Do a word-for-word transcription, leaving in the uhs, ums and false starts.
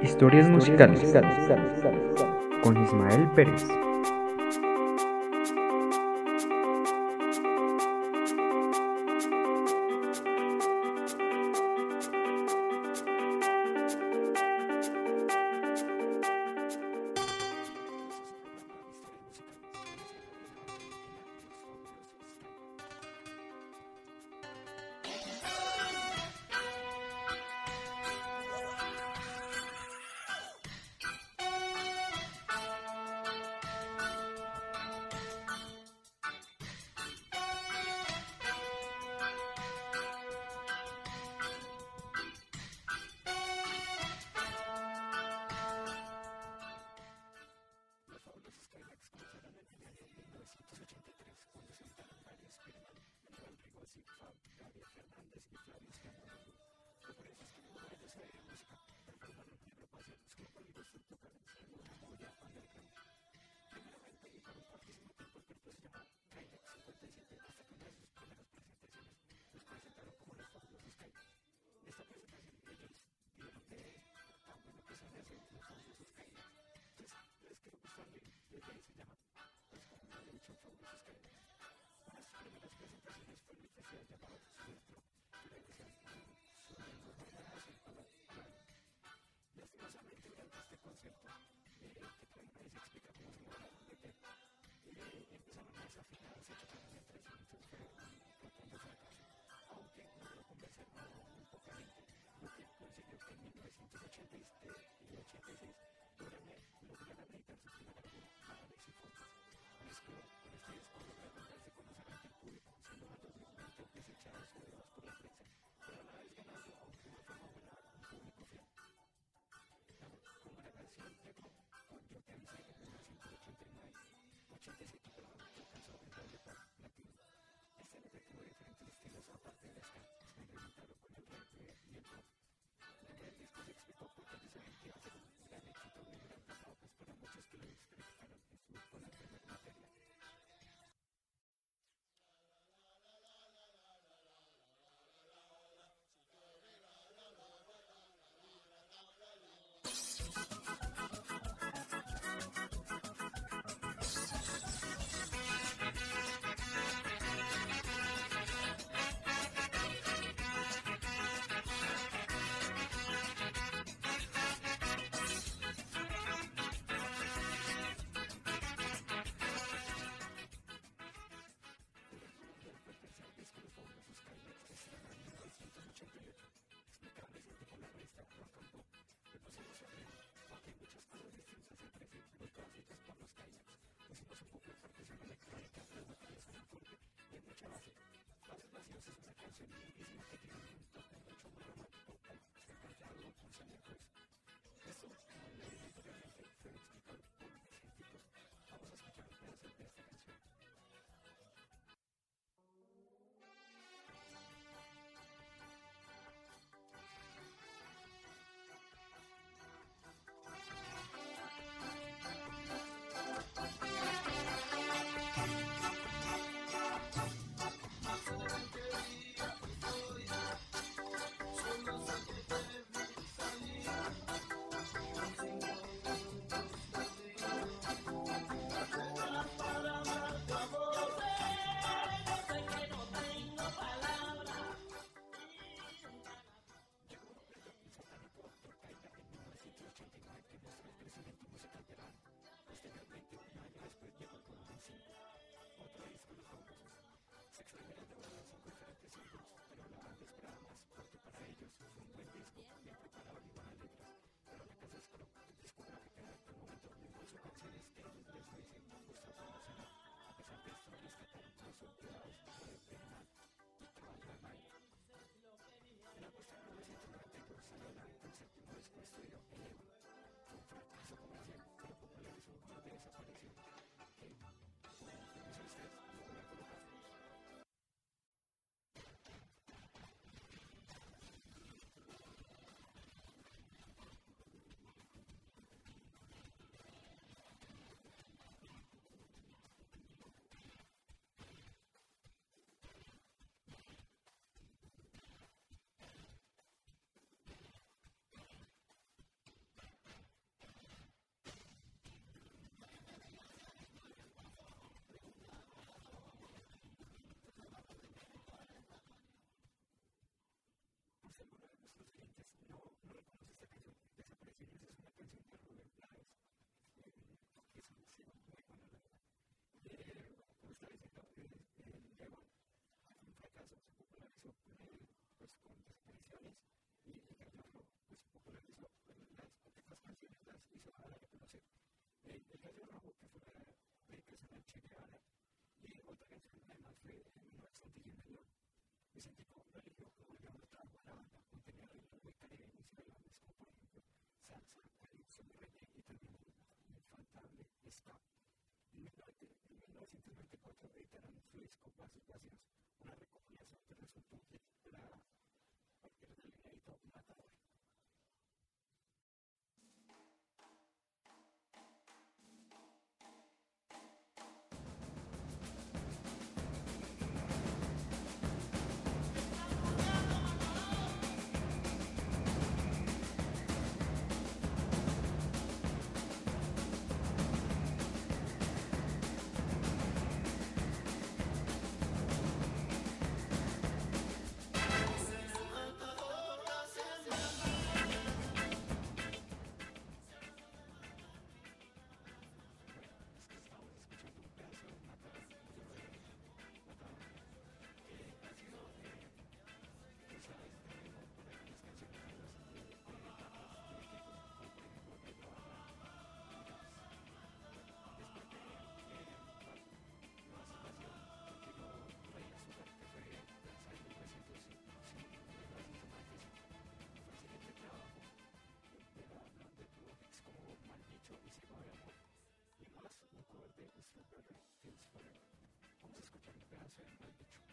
Historias musicales con Ismael Pérez. pues con desapariciones y el gallo rojo pues popularizó las otras canciones, las hizo a reconocer. El, el gallo rojo que fue la dedicación al Che Guevara y otra canción además fue en mil novecientos ochenta y uno. Vicentico lo eligió como digamos trabajo a la banda, contenía ritmos muy caribeños y bailables como por ejemplo salsa, calipso, reggae y también el infaltable ska. En mil novecientos veinticuatro editaron su disco Vasos Vacíos, una recopilación que resultó un hit para partir del inédito Matador. Vamos a escuchar un pedazo de Mal Bicho.